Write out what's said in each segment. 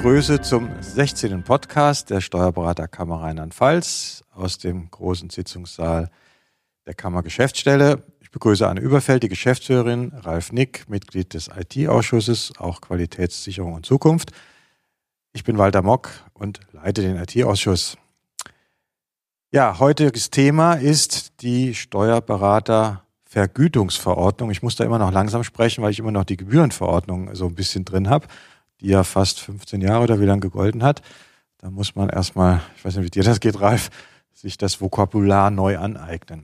begrüße zum 16. Podcast der Steuerberaterkammer Rheinland-Pfalz aus dem großen Sitzungssaal der Kammergeschäftsstelle. Ich begrüße Anne Überfeld, die Geschäftsführerin, Ralf Nick, Mitglied des IT-Ausschusses, auch Qualitätssicherung und Zukunft. Ich bin Walter Mock und leite den IT-Ausschuss. Ja, heutiges Thema ist die Steuerberatervergütungsverordnung. Ich muss da immer noch langsam sprechen, weil ich immer noch die Gebührenverordnung so ein bisschen drin habe, die ja fast 15 Jahre oder wie lange gegolten hat. Da muss man erstmal, ich weiß nicht, wie dir das geht, Ralf, sich das Vokabular neu aneignen.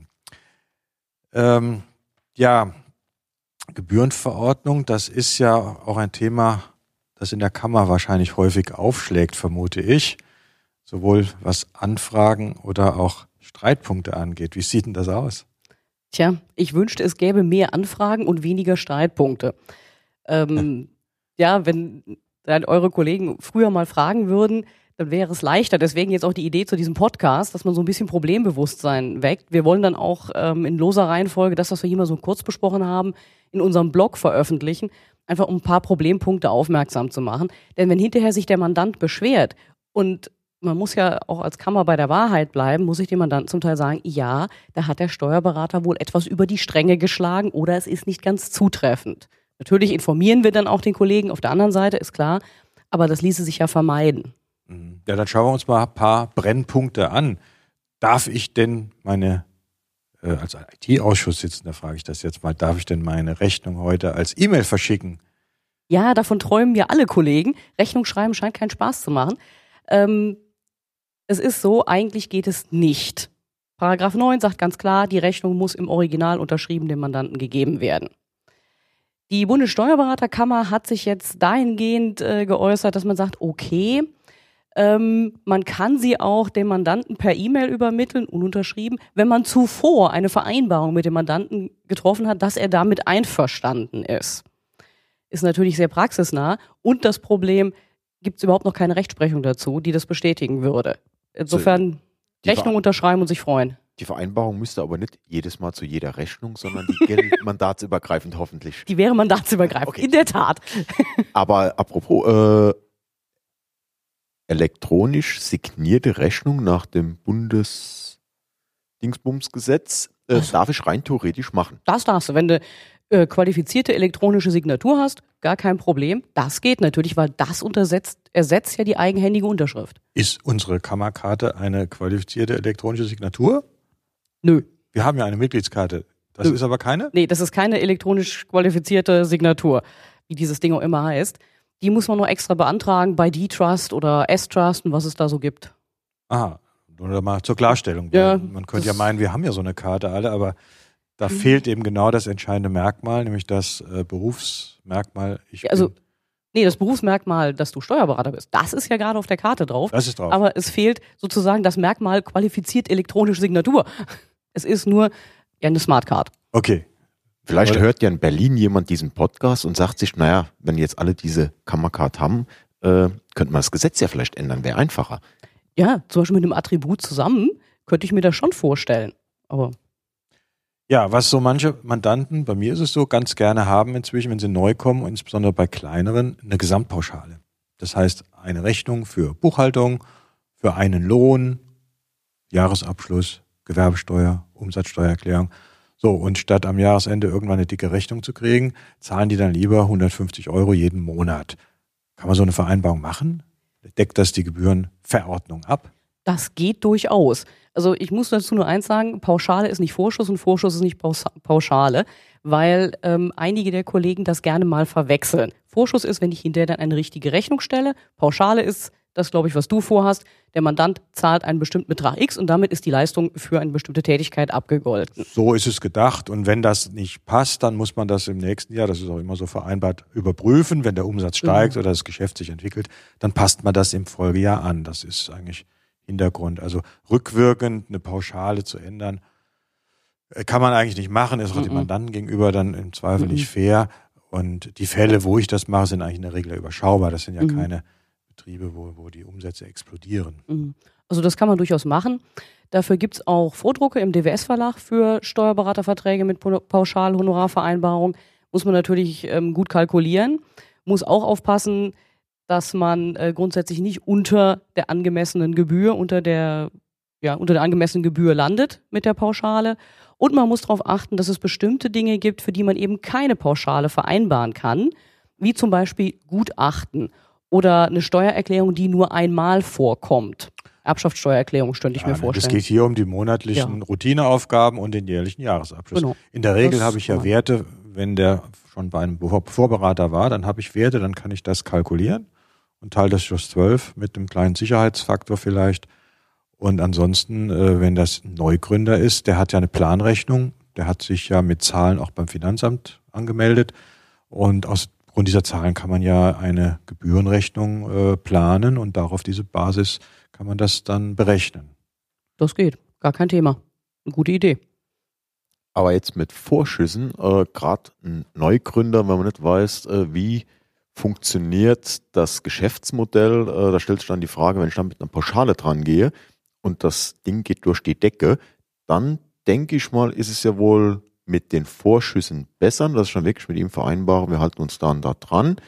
Gebührenverordnung, das ist ja auch ein Thema, das in der Kammer wahrscheinlich häufig aufschlägt, vermute ich. Sowohl was Anfragen oder auch Streitpunkte angeht. Wie sieht denn das aus? Tja, ich wünschte, es gäbe mehr Anfragen und weniger Streitpunkte. Wenn eure Kollegen früher mal fragen würden, dann wäre es leichter. Deswegen jetzt auch die Idee zu diesem Podcast, dass man so ein bisschen Problembewusstsein weckt. Wir wollen dann auch in loser Reihenfolge das, was wir hier mal so kurz besprochen haben, in unserem Blog veröffentlichen, einfach um ein paar Problempunkte aufmerksam zu machen. Denn wenn hinterher sich der Mandant beschwert und man muss ja auch als Kammer bei der Wahrheit bleiben, muss ich dem Mandanten zum Teil sagen, ja, da hat der Steuerberater wohl etwas über die Stränge geschlagen oder es ist nicht ganz zutreffend. Natürlich informieren wir dann auch den Kollegen auf der anderen Seite, ist klar, aber das ließe sich ja vermeiden. Ja, dann schauen wir uns mal ein paar Brennpunkte an. Darf ich denn als IT-Ausschuss sitzen, da frage ich das jetzt mal, darf ich denn meine Rechnung heute als E-Mail verschicken? Ja, davon träumen ja alle Kollegen. Rechnung schreiben scheint keinen Spaß zu machen. Es ist so, eigentlich geht es nicht. Paragraph 9 sagt ganz klar, die Rechnung muss im Original unterschrieben dem Mandanten gegeben werden. Die Bundessteuerberaterkammer hat sich jetzt dahingehend geäußert, dass man sagt, okay, man kann sie auch dem Mandanten per E-Mail übermitteln, ununterschrieben, wenn man zuvor eine Vereinbarung mit dem Mandanten getroffen hat, dass er damit einverstanden ist. Ist natürlich sehr praxisnah und das Problem, gibt es überhaupt noch keine Rechtsprechung dazu, die das bestätigen würde. Insofern Rechnung unterschreiben und sich freuen. Die Vereinbarung müsste aber nicht jedes Mal zu jeder Rechnung, sondern die gilt mandatsübergreifend hoffentlich. Die wäre mandatsübergreifend, okay. In der Tat. Aber apropos elektronisch signierte Rechnung nach dem Bundesdingsbumsgesetz darf ich rein theoretisch machen. Das darfst du, wenn du qualifizierte elektronische Signatur hast, gar kein Problem. Das geht natürlich, weil das ersetzt ja die eigenhändige Unterschrift. Ist unsere Kammerkarte eine qualifizierte elektronische Signatur? Nö. Wir haben ja eine Mitgliedskarte. Das ist aber keine? Nee, das ist keine elektronisch qualifizierte Signatur, wie dieses Ding auch immer heißt. Die muss man nur extra beantragen bei D-Trust oder S-Trust und was es da so gibt. Aha, nur mal zur Klarstellung. Ja, man könnte ja meinen, wir haben ja so eine Karte alle, aber da fehlt eben genau das entscheidende Merkmal, nämlich das Berufsmerkmal. Das Berufsmerkmal, dass du Steuerberater bist, das ist ja gerade auf der Karte drauf. Das ist drauf. Aber es fehlt sozusagen das Merkmal qualifiziert elektronische Signatur. Es ist nur eine Smartcard. Okay. Vielleicht hört ja in Berlin jemand diesen Podcast und sagt sich, naja, wenn jetzt alle diese Kammercard haben, könnte man das Gesetz ja vielleicht ändern, wäre einfacher. Ja, zum Beispiel mit einem Attribut zusammen könnte ich mir das schon vorstellen. Aber ja, was so manche Mandanten, bei mir ist es so, ganz gerne haben inzwischen, wenn sie neu kommen, und insbesondere bei kleineren, eine Gesamtpauschale. Das heißt, eine Rechnung für Buchhaltung, für einen Lohn, Jahresabschluss, Gewerbesteuer, Umsatzsteuererklärung. So, und statt am Jahresende irgendwann eine dicke Rechnung zu kriegen, zahlen die dann lieber 150 € jeden Monat. Kann man so eine Vereinbarung machen? Deckt das die Gebührenverordnung ab? das geht durchaus. Also ich muss dazu nur eins sagen, Pauschale ist nicht Vorschuss und Vorschuss ist nicht Pauschale, weil einige der Kollegen das gerne mal verwechseln. Vorschuss ist, wenn ich hinterher dann eine richtige Rechnung stelle. Pauschale ist das, glaube ich, was du vorhast. Der Mandant zahlt einen bestimmten Betrag X und damit ist die Leistung für eine bestimmte Tätigkeit abgegolten. So ist es gedacht. Und wenn das nicht passt, dann muss man das im nächsten Jahr, das ist auch immer so vereinbart, überprüfen. Wenn der Umsatz steigt oder das Geschäft sich entwickelt, dann passt man das im Folgejahr an. Das ist eigentlich Hintergrund. Also rückwirkend eine Pauschale zu ändern, kann man eigentlich nicht machen. Ist auch dem Mandanten gegenüber dann im Zweifel nicht fair. Und die Fälle, wo ich das mache, sind eigentlich in der Regel überschaubar. Das sind ja keine Betriebe, wo die Umsätze explodieren. Also das kann man durchaus machen. Dafür gibt's auch Vordrucke im DWS-Verlag für Steuerberaterverträge mit Pauschal-Honorarvereinbarung. Muss man natürlich gut kalkulieren. Muss auch aufpassen, dass man grundsätzlich nicht unter der angemessenen Gebühr, unter der angemessenen Gebühr landet mit der Pauschale. Und man muss darauf achten, dass es bestimmte Dinge gibt, für die man eben keine Pauschale vereinbaren kann, wie zum Beispiel Gutachten oder eine Steuererklärung, die nur einmal vorkommt. Erbschaftssteuererklärung könnte ich mir vorstellen. Es geht hier um die monatlichen Routineaufgaben und den jährlichen Jahresabschluss. Genau. In der Regel habe ich ja Werte, wenn der schon bei einem Vorberater war, dann habe ich Werte, dann kann ich das kalkulieren und teile das durch 12 mit einem kleinen Sicherheitsfaktor vielleicht. Und ansonsten, wenn das ein Neugründer ist, der hat ja eine Planrechnung, der hat sich ja mit Zahlen auch beim Finanzamt angemeldet und aus Grund dieser Zahlen kann man ja eine Gebührenrechnung planen und darauf diese Basis kann man das dann berechnen. Das geht, gar kein Thema. Eine gute Idee. Aber jetzt mit Vorschüssen, gerade ein Neugründer, wenn man nicht weiß, wie funktioniert das Geschäftsmodell, da stellt sich dann die Frage, wenn ich dann mit einer Pauschale dran gehe und das Ding geht durch die Decke, dann denke ich mal, ist es ja wohl mit den Vorschüssen besser, dass ich dann wirklich mit ihm vereinbare, wir halten uns dann da dran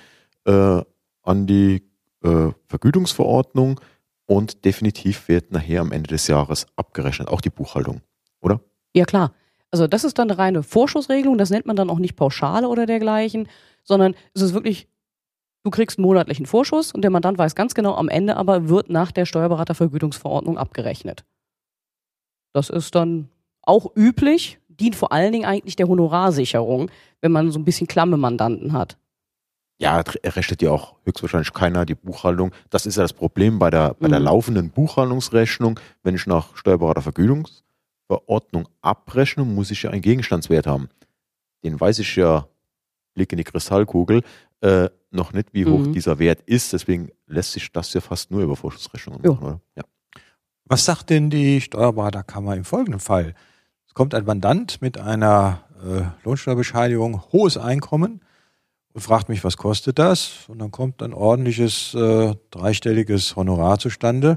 an die Vergütungsverordnung und definitiv wird nachher am Ende des Jahres abgerechnet, auch die Buchhaltung, oder? Ja, klar. Also das ist dann eine reine Vorschussregelung, das nennt man dann auch nicht Pauschale oder dergleichen, sondern es ist wirklich, du kriegst einen monatlichen Vorschuss und der Mandant weiß ganz genau, am Ende aber wird nach der Steuerberatervergütungsverordnung abgerechnet. Das ist dann auch üblich, dient vor allen Dingen eigentlich der Honorarsicherung, wenn man so ein bisschen klamme Mandanten hat. Ja, rechnet ja auch höchstwahrscheinlich keiner die Buchhaltung. Das ist ja das Problem bei der laufenden Buchhaltungsrechnung. Wenn ich nach Steuerberatervergütungsverordnung abrechne, muss ich ja einen Gegenstandswert haben. Den weiß ich ja, Blick in die Kristallkugel, noch nicht, wie hoch dieser Wert ist. Deswegen lässt sich das ja fast nur über Vorschussrechnungen machen, oder? Ja. Was sagt denn die Steuerberaterkammer im folgenden Fall? Es kommt ein Mandant mit einer Lohnsteuerbescheinigung, hohes Einkommen und fragt mich, was kostet das? Und dann kommt ein ordentliches dreistelliges Honorar zustande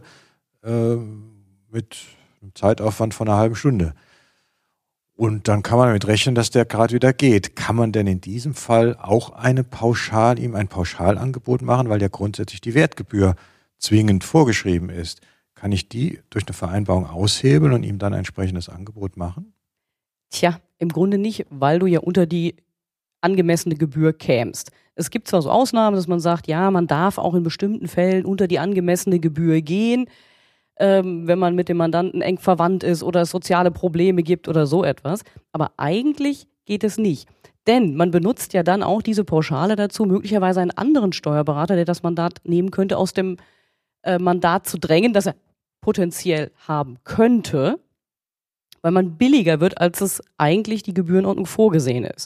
mit einem Zeitaufwand von einer halben Stunde. Und dann kann man damit rechnen, dass der gerade wieder geht. Kann man denn in diesem Fall auch ihm ein Pauschalangebot machen, weil ja grundsätzlich die Wertgebühr zwingend vorgeschrieben ist? Kann ich die durch eine Vereinbarung aushebeln und ihm dann ein entsprechendes Angebot machen? Tja, im Grunde nicht, weil du ja unter die angemessene Gebühr kämst. Es gibt zwar so Ausnahmen, dass man sagt, ja, man darf auch in bestimmten Fällen unter die angemessene Gebühr gehen, wenn man mit dem Mandanten eng verwandt ist oder es soziale Probleme gibt oder so etwas. Aber eigentlich geht es nicht. Denn man benutzt ja dann auch diese Pauschale dazu, möglicherweise einen anderen Steuerberater, der das Mandat nehmen könnte, aus dem Mandat zu drängen, das er potenziell haben könnte, weil man billiger wird, als es eigentlich die Gebührenordnung vorgesehen ist.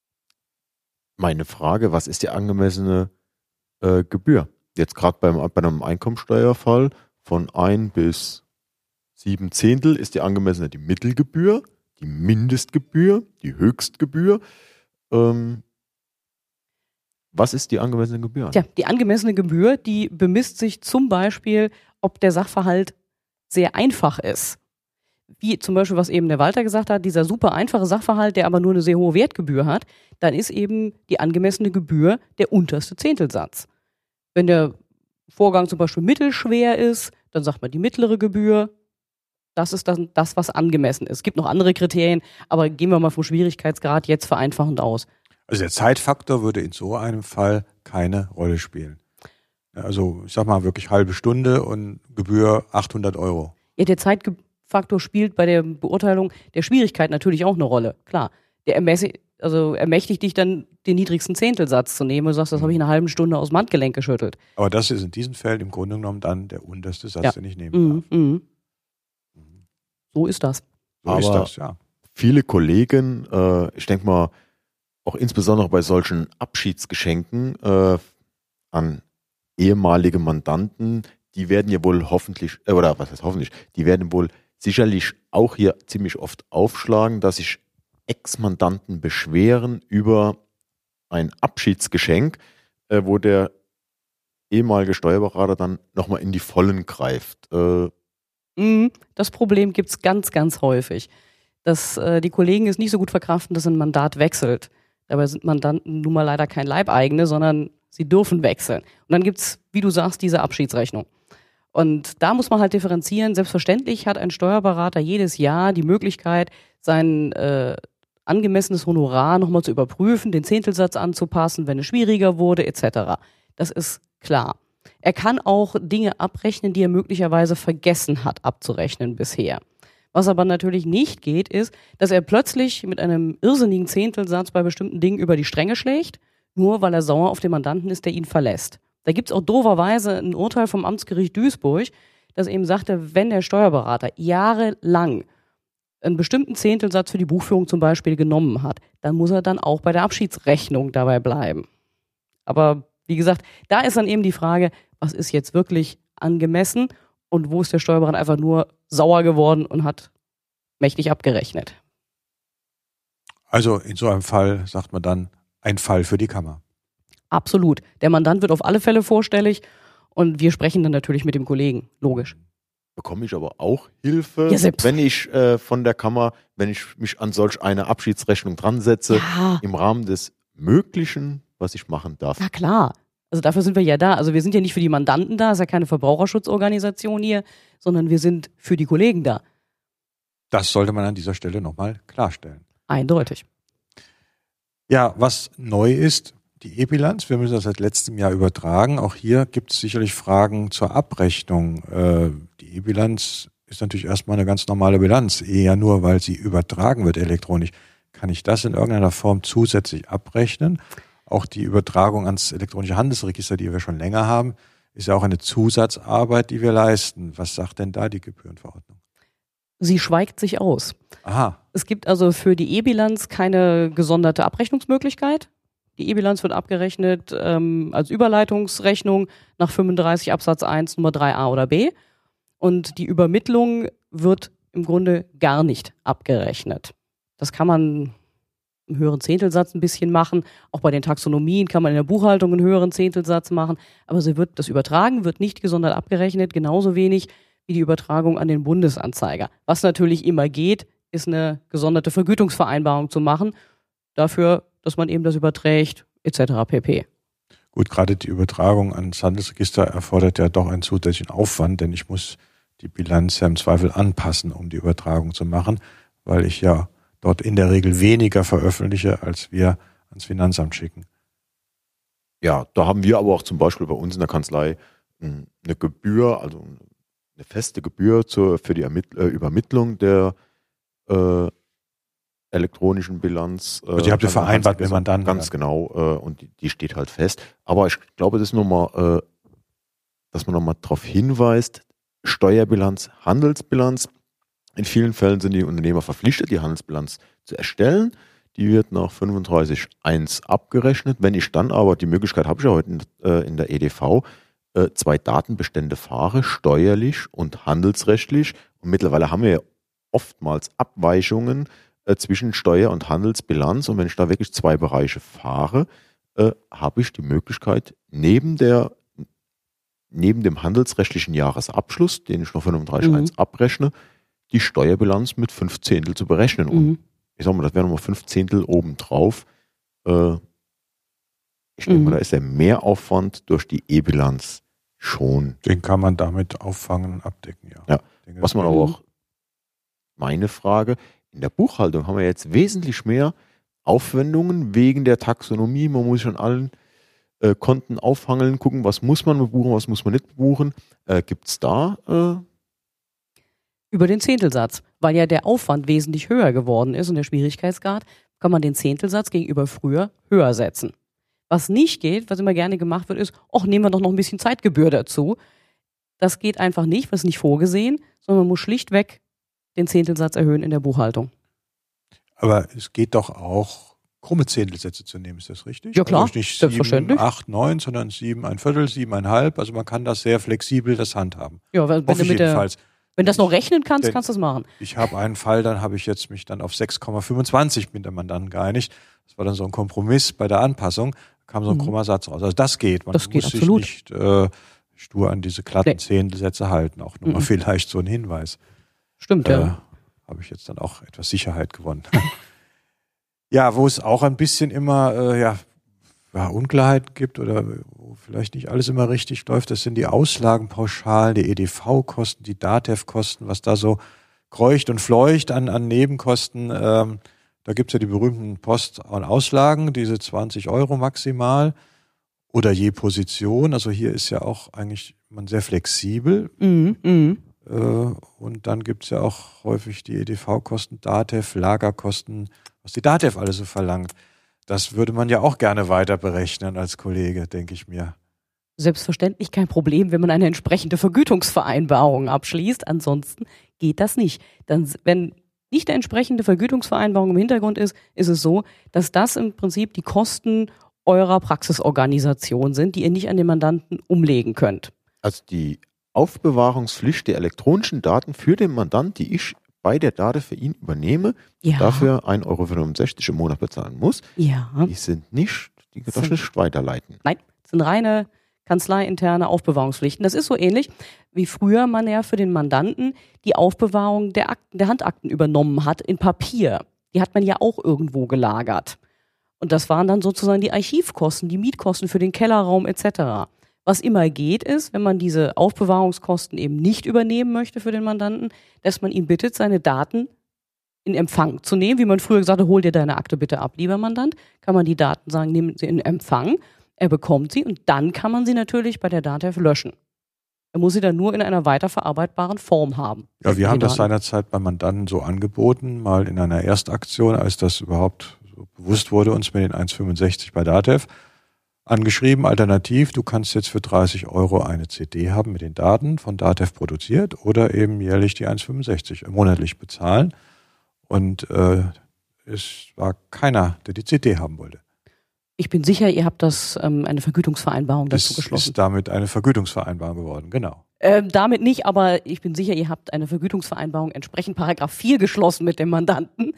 Meine Frage, was ist die angemessene Gebühr? Jetzt gerade bei einem Einkommensteuerfall von 1 bis 7 Zehntel ist die angemessene die Mittelgebühr, die Mindestgebühr, die Höchstgebühr. Was ist die angemessene Gebühr? Tja, die angemessene Gebühr, die bemisst sich zum Beispiel, ob der Sachverhalt sehr einfach ist. Wie zum Beispiel, was eben der Walter gesagt hat, dieser super einfache Sachverhalt, der aber nur eine sehr hohe Wertgebühr hat, dann ist eben die angemessene Gebühr der unterste Zehntelsatz. Wenn der Vorgang zum Beispiel mittelschwer ist, dann sagt man die mittlere Gebühr. Das ist dann das, was angemessen ist. Es gibt noch andere Kriterien, aber gehen wir mal vom Schwierigkeitsgrad jetzt vereinfachend aus. Also der Zeitfaktor würde in so einem Fall keine Rolle spielen. Also ich sag mal wirklich halbe Stunde und Gebühr 800 €. Ja, der Zeitfaktor spielt bei der Beurteilung der Schwierigkeit natürlich auch eine Rolle. Klar, der ermächtigt dich dann, den niedrigsten Zehntelsatz zu nehmen und sagst, das habe ich in einer halben Stunde aus dem Handgelenk geschüttelt. Aber das ist in diesem Feld im Grunde genommen dann der unterste Satz, den ich nehmen darf. So ist das. Ist das, ja. Viele Kollegen, ich denke mal, auch insbesondere bei solchen Abschiedsgeschenken an ehemalige Mandanten, die werden ja wohl hoffentlich, oder was heißt hoffentlich, die werden wohl sicherlich auch hier ziemlich oft aufschlagen, dass sich Ex-Mandanten beschweren über ein Abschiedsgeschenk, wo der ehemalige Steuerberater dann nochmal in die Vollen greift. Das Problem gibt es ganz, ganz häufig, dass die Kollegen es nicht so gut verkraften, dass ein Mandat wechselt. Dabei sind Mandanten nun mal leider kein Leibeigene, sondern Sie dürfen wechseln. Und dann gibt's, wie du sagst, diese Abschiedsrechnung. Und da muss man halt differenzieren. Selbstverständlich hat ein Steuerberater jedes Jahr die Möglichkeit, sein angemessenes Honorar nochmal zu überprüfen, den Zehntelsatz anzupassen, wenn es schwieriger wurde, etc. Das ist klar. Er kann auch Dinge abrechnen, die er möglicherweise vergessen hat abzurechnen bisher. Was aber natürlich nicht geht, ist, dass er plötzlich mit einem irrsinnigen Zehntelsatz bei bestimmten Dingen über die Stränge schlägt, nur weil er sauer auf den Mandanten ist, der ihn verlässt. Da gibt's auch dooferweise ein Urteil vom Amtsgericht Duisburg, das eben sagte, wenn der Steuerberater jahrelang einen bestimmten Zehntelsatz für die Buchführung zum Beispiel genommen hat, dann muss er dann auch bei der Abschiedsrechnung dabei bleiben. Aber wie gesagt, da ist dann eben die Frage, was ist jetzt wirklich angemessen und wo ist der Steuerberater einfach nur sauer geworden und hat mächtig abgerechnet. Also in so einem Fall sagt man dann, ein Fall für die Kammer. Absolut. Der Mandant wird auf alle Fälle vorstellig und wir sprechen dann natürlich mit dem Kollegen, logisch. Bekomme ich aber auch Hilfe, Ja, wenn ich von der Kammer, wenn ich mich an solch eine Abschiedsrechnung dran setze, Ja. im Rahmen des Möglichen, was ich machen darf. Na klar. Also dafür sind wir ja da. Also wir sind ja nicht für die Mandanten da, ist ja keine Verbraucherschutzorganisation hier, sondern wir sind für die Kollegen da. Das sollte man an dieser Stelle nochmal klarstellen. Eindeutig. Ja, was neu ist, die E-Bilanz. Wir müssen das seit letztem Jahr übertragen. Auch hier gibt es sicherlich Fragen zur Abrechnung. Die E-Bilanz ist natürlich erstmal eine ganz normale Bilanz, eher nur, weil sie übertragen wird elektronisch. Kann ich das in irgendeiner Form zusätzlich abrechnen? Auch die Übertragung ans elektronische Handelsregister, die wir schon länger haben, ist ja auch eine Zusatzarbeit, die wir leisten. Was sagt denn da die Gebührenverordnung? Sie schweigt sich aus. Aha. Es gibt also für die E-Bilanz keine gesonderte Abrechnungsmöglichkeit. Die E-Bilanz wird abgerechnet als Überleitungsrechnung nach 35 Absatz 1 Nummer 3a oder b. Und die Übermittlung wird im Grunde gar nicht abgerechnet. Das kann man einen höheren Zehntelsatz ein bisschen machen. Auch bei den Taxonomien kann man in der Buchhaltung einen höheren Zehntelsatz machen. Aber das Übertragen wird nicht gesondert abgerechnet, genauso wenig wie die Übertragung an den Bundesanzeiger. Was natürlich immer geht, ist eine gesonderte Vergütungsvereinbarung zu machen, dafür, dass man eben das überträgt, etc. pp. Gut, gerade die Übertragung ans Handelsregister erfordert ja doch einen zusätzlichen Aufwand, denn ich muss die Bilanz ja im Zweifel anpassen, um die Übertragung zu machen, weil ich ja dort in der Regel weniger veröffentliche, als wir ans Finanzamt schicken. Ja, da haben wir aber auch zum Beispiel bei uns in der Kanzlei eine Gebühr, also eine feste Gebühr für die Übermittlung der elektronischen Bilanz. Also die habt ihr vereinbart mit Mandanten. Ganz genau, und die steht halt fest. Aber ich glaube, das ist nochmal, dass man nochmal darauf hinweist, Steuerbilanz, Handelsbilanz. In vielen Fällen sind die Unternehmer verpflichtet, die Handelsbilanz zu erstellen. Die wird nach 35.1 abgerechnet. Wenn ich dann aber, die Möglichkeit habe ich ja heute in der EDV, 2 Datenbestände fahre, steuerlich und handelsrechtlich. Und mittlerweile haben wir ja oftmals Abweichungen zwischen Steuer- und Handelsbilanz. Und wenn ich da wirklich 2 Bereiche fahre, habe ich die Möglichkeit, neben dem handelsrechtlichen Jahresabschluss, den ich noch 35.1 abrechne, die Steuerbilanz mit 5/10 zu berechnen. Und ich sag mal, das wären nochmal 5/10 obendrauf. Ich denke mal, da ist der Mehraufwand durch die E-Bilanz schon. Den kann man damit auffangen und abdecken, ja. Ja. Was man aber auch, meine Frage, in der Buchhaltung haben wir jetzt wesentlich mehr Aufwendungen wegen der Taxonomie. Man muss schon allen Konten aufhangeln, gucken, was muss man buchen, was muss man nicht buchen. Gibt es da Über den Zehntelsatz. Weil ja der Aufwand wesentlich höher geworden ist und der Schwierigkeitsgrad, kann man den Zehntelsatz gegenüber früher höher setzen. Was nicht geht, was immer gerne gemacht wird, ist, nehmen wir doch noch ein bisschen Zeitgebühr dazu. Das geht einfach nicht, was nicht vorgesehen, sondern man muss schlichtweg den Zehntelsatz erhöhen in der Buchhaltung. Aber es geht doch auch, krumme Zehntelsätze zu nehmen, ist das richtig? Ja klar, also nicht selbstverständlich. 7, 8, 9, sondern 7, ein Viertel, 7,5. Also man kann das sehr flexibel das handhaben. Ja, wenn Hoffe du ich jedenfalls. Wenn du das noch rechnen kannst, Denn kannst du das machen. Ich habe einen Fall, dann habe ich jetzt mich dann auf 6,25 mit dem Mandanten geeinigt. Das war dann so ein Kompromiss bei der Anpassung. Kam so ein krummer Satz raus. Also das geht. Man Das geht muss absolut. sich nicht stur an diese glatten Zehntelsätze halten. Auch nur mal vielleicht so ein Hinweis. Stimmt, ja. Habe ich jetzt dann auch etwas Sicherheit gewonnen. Ja, wo es auch ein bisschen immer, Unklarheiten gibt oder wo vielleicht nicht alles immer richtig läuft, das sind die Auslagenpauschalen, die EDV-Kosten, die DATEV-Kosten, was da so kreucht und fleucht an Nebenkosten. Da gibt's ja die berühmten Post- und Auslagen, diese 20 € maximal oder je Position. Also hier ist ja auch eigentlich man sehr flexibel. Und dann gibt's ja auch häufig die EDV-Kosten, DATEV, Lagerkosten, was die DATEV alles so verlangt. Das würde man ja auch gerne weiter berechnen als Kollege, denke ich mir. Selbstverständlich kein Problem, wenn man eine entsprechende Vergütungsvereinbarung abschließt. Ansonsten geht das nicht. Dann, wenn nicht eine entsprechende Vergütungsvereinbarung im Hintergrund ist, ist es so, dass das im Prinzip die Kosten eurer Praxisorganisation sind, die ihr nicht an den Mandanten umlegen könnt. Also die Aufbewahrungspflicht der elektronischen Daten für den Mandant, die ich bei der DATEV für ihn übernehme, dafür 1,65 € im Monat bezahlen muss, die sind nicht, die darf nicht weiterleiten. Nein, das sind reine kanzleiinterne Aufbewahrungspflichten. Das ist so ähnlich, wie früher man ja für den Mandanten die Aufbewahrung der Handakten übernommen hat in Papier. Die hat man ja auch irgendwo gelagert. Und das waren dann sozusagen die Archivkosten, die Mietkosten für den Kellerraum etc. Was immer geht ist, wenn man diese Aufbewahrungskosten eben nicht übernehmen möchte für den Mandanten, dass man ihn bittet, seine Daten in Empfang zu nehmen. Wie man früher gesagt hat, hol dir deine Akte bitte ab, lieber Mandant. Kann man die Daten sagen, nehmen Sie in Empfang. Er bekommt sie und dann kann man sie natürlich bei der DATEV löschen. Er muss sie dann nur in einer weiterverarbeitbaren Form haben. Ja, wir haben das seinerzeit beim Mandanten so angeboten, mal in einer Erstaktion, als das überhaupt so bewusst wurde, uns mit den 1,65 bei DATEV angeschrieben. Alternativ, du kannst jetzt für 30 € eine CD haben mit den Daten von DATEV produziert oder eben jährlich die 1,65 monatlich bezahlen. Und es war keiner, der die CD haben wollte. Ich bin sicher, ihr habt eine Vergütungsvereinbarung dazu geschlossen. Es ist damit eine Vergütungsvereinbarung geworden, genau. Damit nicht, aber ich bin sicher, ihr habt eine Vergütungsvereinbarung entsprechend Paragraph 4 geschlossen mit dem Mandanten.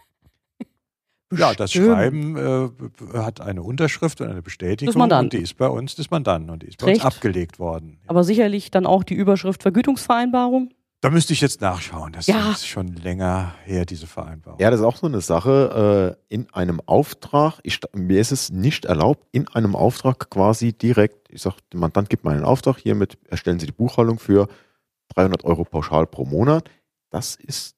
Ja, das Schreiben hat eine Unterschrift und eine Bestätigung und die ist bei uns des Mandanten und die ist bei uns abgelegt worden. Aber sicherlich dann auch die Überschrift Vergütungsvereinbarung? Da müsste ich jetzt nachschauen. Das ist schon länger her, diese Vereinbarung. Ja, das ist auch so eine Sache. In einem Auftrag, mir ist es nicht erlaubt, in einem Auftrag quasi direkt, ich sage, der Mandant gibt mir einen Auftrag, hiermit erstellen Sie die Buchhaltung für 300 € pauschal pro Monat. Das ist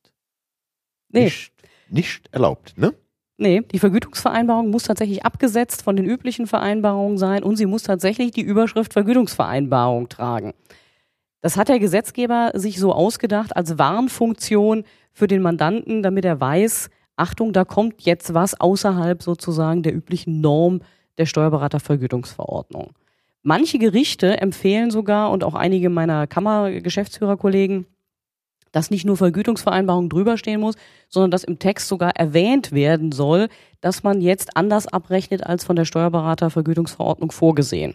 nicht erlaubt, ne? Nee, die Vergütungsvereinbarung muss tatsächlich abgesetzt von den üblichen Vereinbarungen sein und sie muss tatsächlich die Überschrift Vergütungsvereinbarung tragen. Das hat der Gesetzgeber sich so ausgedacht als Warnfunktion für den Mandanten, damit er weiß, Achtung, da kommt jetzt was außerhalb sozusagen der üblichen Norm der Steuerberatervergütungsverordnung. Manche Gerichte empfehlen sogar und auch einige meiner Kammergeschäftsführerkollegen, dass nicht nur Vergütungsvereinbarung drüber stehen muss, sondern dass im Text sogar erwähnt werden soll, dass man jetzt anders abrechnet als von der Steuerberatervergütungsverordnung vorgesehen.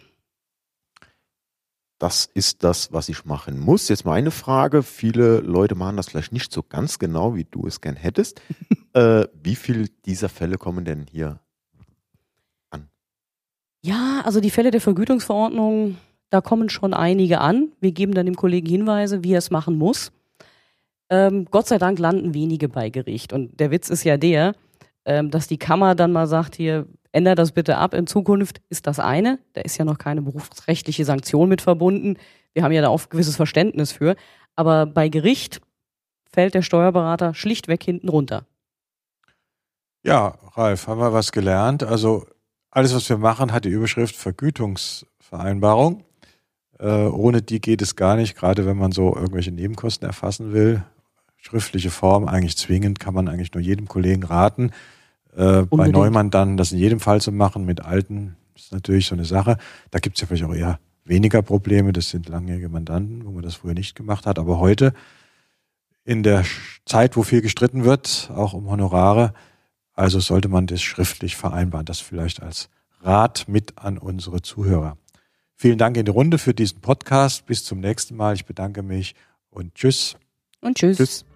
Das ist das, was ich machen muss. Jetzt mal eine Frage. Viele Leute machen das vielleicht nicht so ganz genau, wie du es gern hättest. Wie viele dieser Fälle kommen denn hier an? Ja, also die Fälle der Vergütungsverordnung, da kommen schon einige an. Wir geben dann dem Kollegen Hinweise, wie er es machen muss. Gott sei Dank landen wenige bei Gericht. Und der Witz ist ja der, dass die Kammer dann mal sagt, hier, ändert das bitte ab. In Zukunft ist das eine. Da ist ja noch keine berufsrechtliche Sanktion mit verbunden. Wir haben ja da auch ein gewisses Verständnis für. Aber bei Gericht fällt der Steuerberater schlichtweg hinten runter. Ja, Ralf, haben wir was gelernt. Also alles, was wir machen, hat die Überschrift Vergütungsvereinbarung. Ohne die geht es gar nicht, gerade wenn man so irgendwelche Nebenkosten erfassen will. Schriftliche Form, eigentlich zwingend, kann man eigentlich nur jedem Kollegen raten. Bei Neumandanten das in jedem Fall zu machen, mit Alten ist natürlich so eine Sache. Da gibt es ja vielleicht auch eher weniger Probleme, das sind langjährige Mandanten, wo man das früher nicht gemacht hat. Aber heute, in der Zeit, wo viel gestritten wird, auch um Honorare, also sollte man das schriftlich vereinbaren. Das vielleicht als Rat mit an unsere Zuhörer. Vielen Dank in die Runde für diesen Podcast. Bis zum nächsten Mal. Ich bedanke mich und tschüss. Und tschüss.